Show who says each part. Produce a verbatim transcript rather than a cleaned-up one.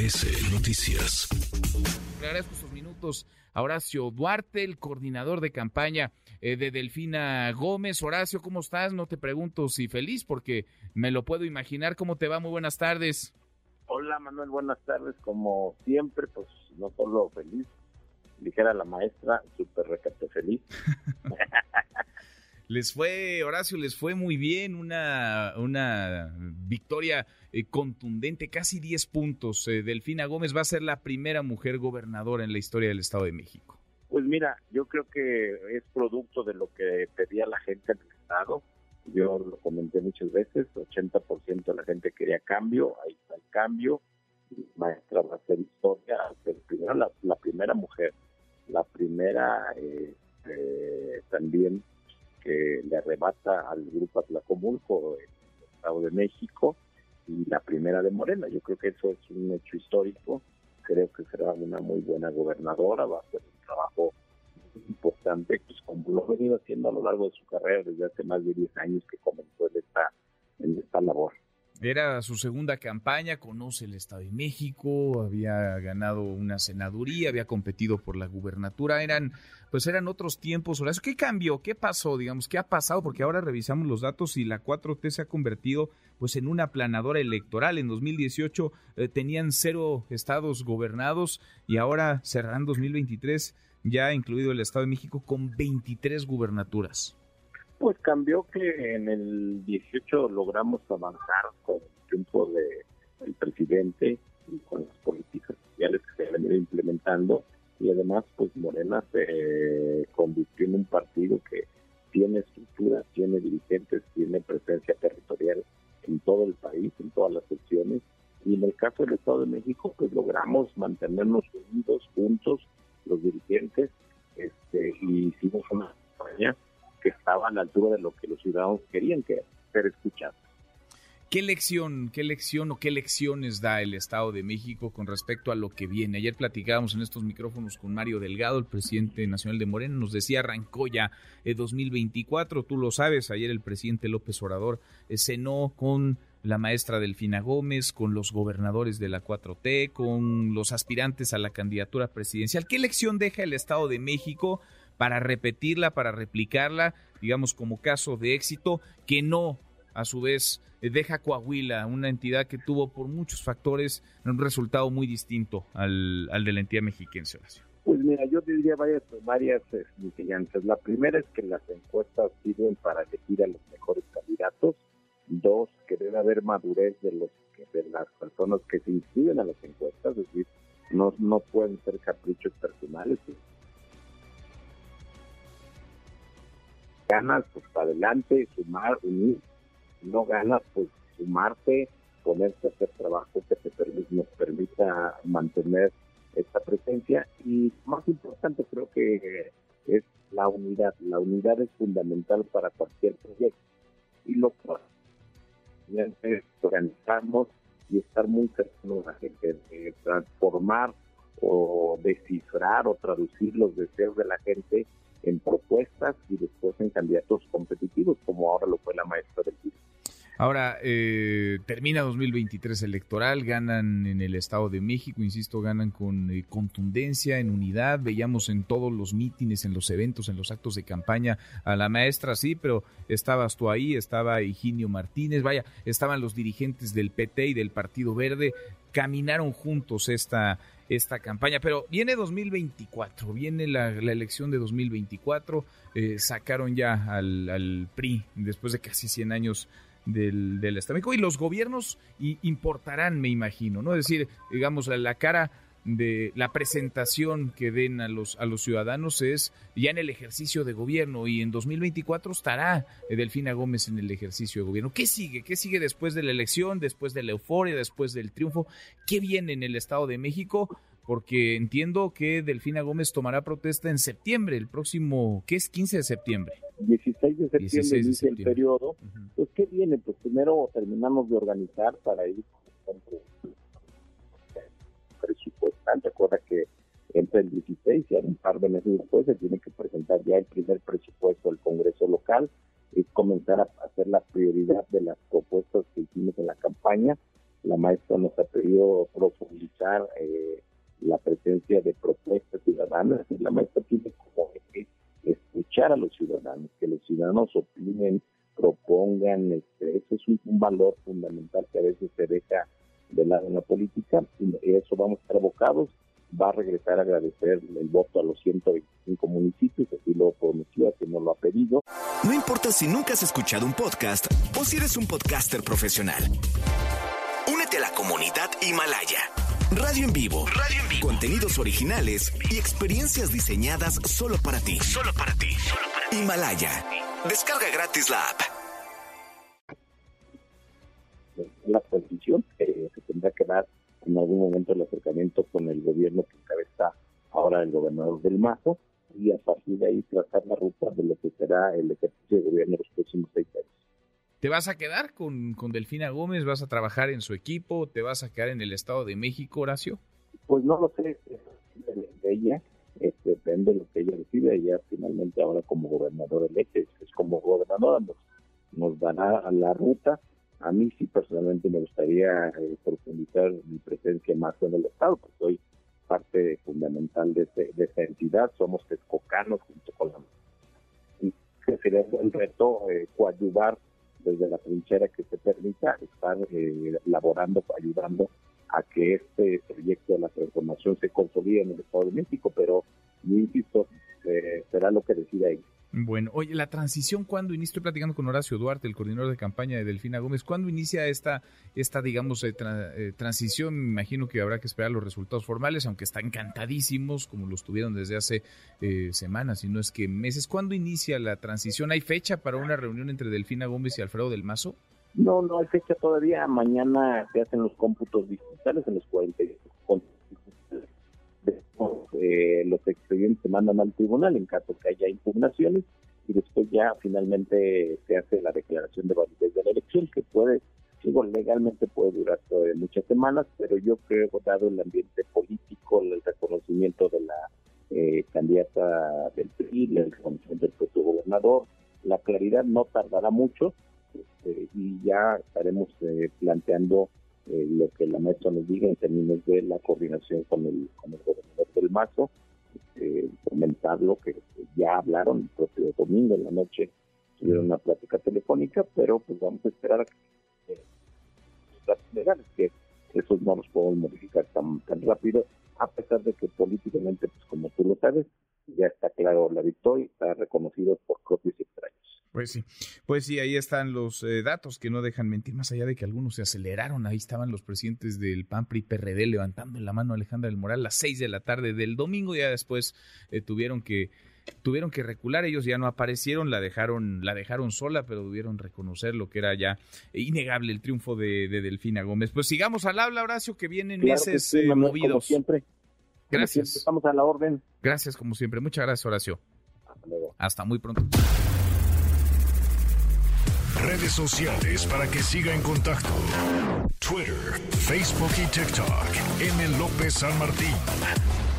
Speaker 1: S Noticias.
Speaker 2: Le agradezco estos minutos a Horacio Duarte, el coordinador de campaña eh, de Delfina Gómez. Horacio, ¿cómo estás? No te pregunto si feliz, porque me lo puedo imaginar. ¿Cómo te va? Muy buenas tardes.
Speaker 3: Hola, Manuel, buenas tardes. Como siempre, pues no solo feliz, dijera la maestra, súper recate feliz.
Speaker 2: Les fue, Horacio, les fue muy bien, una, una victoria eh, contundente, casi diez puntos. Eh, Delfina Gómez va a ser la primera mujer gobernadora en la historia del Estado de México.
Speaker 3: Pues mira, yo creo que es producto de lo que pedía la gente en el Estado. Yo lo comenté muchas veces, ochenta por ciento de la gente quería cambio, ahí está el cambio. La maestra va a hacer historia, ser primero la, la primera mujer, la primera eh, eh, también que le arrebata al grupo Atlacomulco en el Estado de México, y la primera de Morena. Yo creo que eso es un hecho histórico. Creo que será una muy buena gobernadora, va a hacer un trabajo importante, pues como lo ha venido haciendo a lo largo de su carrera desde hace más de diez años que comenzó en esta, en esta labor.
Speaker 2: Era su segunda campaña, conoce el Estado de México, había ganado una senaduría, había competido por la gubernatura, eran pues eran otros tiempos. Horacio, ¿qué cambió? ¿Qué pasó? Digamos, ¿qué ha pasado? Porque ahora revisamos los datos y la cuatro T se ha convertido pues en una aplanadora electoral. En dos mil dieciocho eh, tenían cero estados gobernados y ahora cerrarán dos mil veintitrés, ya incluido el Estado de México, con veintitrés gubernaturas.
Speaker 3: Pues cambió que en el dieciocho logramos avanzar con el triunfo del presidente y con las políticas sociales que se han venido implementando, y además pues Morena se convirtió en un partido que tiene estructura, tiene dirigentes, tiene presencia territorial en todo el país, en todas las secciones, y en el caso del Estado de México pues logramos mantenernos unidos, juntos, los dirigentes, este, y hicimos una campaña que estaba a la altura de lo que los ciudadanos querían, que ser escuchados.
Speaker 2: ¿Qué lección, qué lección o qué lecciones da el Estado de México con respecto a lo que viene? Ayer platicábamos en estos micrófonos con Mario Delgado, el presidente nacional de Morena, nos decía arrancó ya eh, dos mil veinticuatro, tú lo sabes, ayer el presidente López Obrador eh, cenó con la maestra Delfina Gómez, con los gobernadores de la cuatro T, con los aspirantes a la candidatura presidencial. ¿Qué lección deja el Estado de México para repetirla, para replicarla, digamos, como caso de éxito, que no, a su vez, deja Coahuila, una entidad que tuvo por muchos factores un resultado muy distinto al, al de la entidad mexiquense, Horacio?
Speaker 3: Pues mira, yo diría varias, varias enseñanzas. La primera es que las encuestas sirven para elegir a los mejores candidatos. Dos, que debe haber madurez de los de las personas que se inscriben a las encuestas, es decir, no, no pueden ser caprichos personales. Ganas, pues para adelante, sumar, unir. No ganas, pues sumarte, ponerse a hacer trabajo que te permita, nos permita mantener esta presencia. Y más importante creo que es la unidad. La unidad es fundamental para cualquier proyecto. Y lo que es organizarnos y estar muy cercanos a la gente, de transformar o descifrar o traducir los deseos de la gente en propuestas y después en candidatos competitivos, como ahora lo fue la maestra del P I B.
Speaker 2: Ahora, eh, termina dos mil veintitrés electoral, ganan en el Estado de México, insisto, ganan con eh, contundencia, en unidad. Veíamos en todos los mítines, en los eventos, en los actos de campaña a la maestra, sí, pero estabas tú ahí, estaba Higinio Martínez, vaya, estaban los dirigentes del P T y del Partido Verde, caminaron juntos esta, esta campaña, pero viene dos mil veinticuatro, viene la, la elección de dos mil veinticuatro, eh, sacaron ya al, al P R I después de casi cien años del, del Estado de México, y los gobiernos y importarán, me imagino, ¿no? Es decir, digamos, la, la cara de la presentación que den a los a los ciudadanos es ya en el ejercicio de gobierno, y en dos mil veinticuatro estará Delfina Gómez en el ejercicio de gobierno. ¿Qué sigue? ¿Qué sigue después de la elección, después de la euforia, después del triunfo? ¿Qué viene en el Estado de México? Porque entiendo que Delfina Gómez tomará protesta en septiembre, el próximo, ¿qué es? quince de septiembre.
Speaker 3: dieciséis de septiembre
Speaker 2: dieciséis de
Speaker 3: inicia
Speaker 2: septiembre.
Speaker 3: el periodo.
Speaker 2: Uh-huh.
Speaker 3: Pues, ¿qué viene? Pues primero terminamos de organizar para ir con presupuestal. Recuerda que entre el dieciséis y un par de meses después se tiene que presentar ya el primer presupuesto del Congreso local y comenzar a hacer la prioridad de las propuestas que hicimos en la campaña. La maestra nos ha pedido profundizar eh, la presencia de propuestas ciudadanas, y la maestra tiene como que escuchar a los ciudadanos, que los ciudadanos opinen, propongan. Este, eso es un, un valor fundamental que a veces se deja de lado en la política, y eso vamos a estar abocados. Va a regresar a agradecer el voto a los ciento veinticinco municipios, así lo prometió, a quien no lo ha pedido.
Speaker 1: No importa si nunca has escuchado un podcast o si eres un podcaster profesional. Únete a la comunidad Himalaya. Radio en vivo. Radio en vivo. Contenidos originales y experiencias diseñadas solo para ti. Solo para ti. Solo para ti. Himalaya. Descarga gratis la app.
Speaker 3: La transición que se tendrá que dar en algún momento el acercamiento con el gobierno que encabeza ahora el gobernador del Mazo, y a partir de ahí trazar la ruta de lo que será el ejercicio de gobierno los próximos seis años.
Speaker 2: ¿Te vas a quedar con, con Delfina Gómez? ¿Vas a trabajar en su equipo? ¿Te vas a quedar en el Estado de México, Horacio?
Speaker 3: Pues no lo sé, de, de ella, este, depende de lo que ella decida. Ella finalmente ahora como gobernador electo, es como gobernadora nos, nos dará la ruta. A mí sí personalmente me gustaría eh, profundizar mi presencia más en el Estado, porque soy parte fundamental de, este, de esta entidad. Somos texcocanos junto con la... Y que sería el reto eh, coadyuvar desde la trinchera que se permita, estar eh, laborando, ayudando a que este proyecto de la transformación se consolide en el Estado de México, pero yo insisto, eh, será lo que decida ella.
Speaker 2: Bueno, oye, la transición, ¿cuándo inicia? Estoy platicando con Horacio Duarte, el coordinador de campaña de Delfina Gómez. ¿Cuándo inicia esta, esta digamos, eh, tra, eh, transición? Me imagino que habrá que esperar los resultados formales, aunque están encantadísimos, como los tuvieron desde hace eh, semanas, si no es que meses. ¿Cuándo inicia la transición? ¿Hay fecha para una reunión entre Delfina Gómez y Alfredo del Mazo?
Speaker 3: No, no hay fecha todavía. Mañana se hacen los cómputos digitales en los cuarenta y ocho. Eh, los expedientes se mandan al tribunal en caso que haya impugnaciones, y después ya finalmente se hace la declaración de validez de la elección, que puede, digo, legalmente puede durar todavía muchas semanas, pero yo creo, dado el ambiente político, el reconocimiento de la eh, candidata del P R I, el reconocimiento del propio gobernador, la claridad no tardará mucho, este, y ya estaremos eh, planteando Eh, lo que la maestra nos diga en términos de la coordinación con el, con el gobernador del Mazo, eh, comentar lo que ya hablaron el propio domingo en la noche, tuvieron una plática telefónica, pero pues vamos a esperar a que eh, las legales, que esos no los podemos modificar tan, tan rápido, a pesar de que políticamente, pues como tú lo sabes, ya está claro la victoria, está reconocido por propios y extraños.
Speaker 2: Pues sí, pues sí, ahí están los eh, datos que no dejan mentir, más allá de que algunos se aceleraron. Ahí estaban los presidentes del P A N, P R I, P R D levantando la mano a Alejandra del Moral a las seis de la tarde del domingo. Ya después eh, tuvieron que tuvieron que recular, ellos ya no aparecieron, la dejaron la dejaron sola, pero debieron reconocer lo que era ya innegable el triunfo de, de Delfina Gómez. Pues sigamos al habla, Horacio, que vienen claro meses que sí, Manuel, movidos.
Speaker 3: Como siempre.
Speaker 2: Gracias.
Speaker 3: Siempre estamos a la orden.
Speaker 2: Gracias, como siempre. Muchas gracias, Horacio.
Speaker 3: Hasta luego.
Speaker 2: Hasta muy pronto.
Speaker 4: Redes sociales para que siga en contacto: Twitter, Facebook y TikTok. M. López San Martín.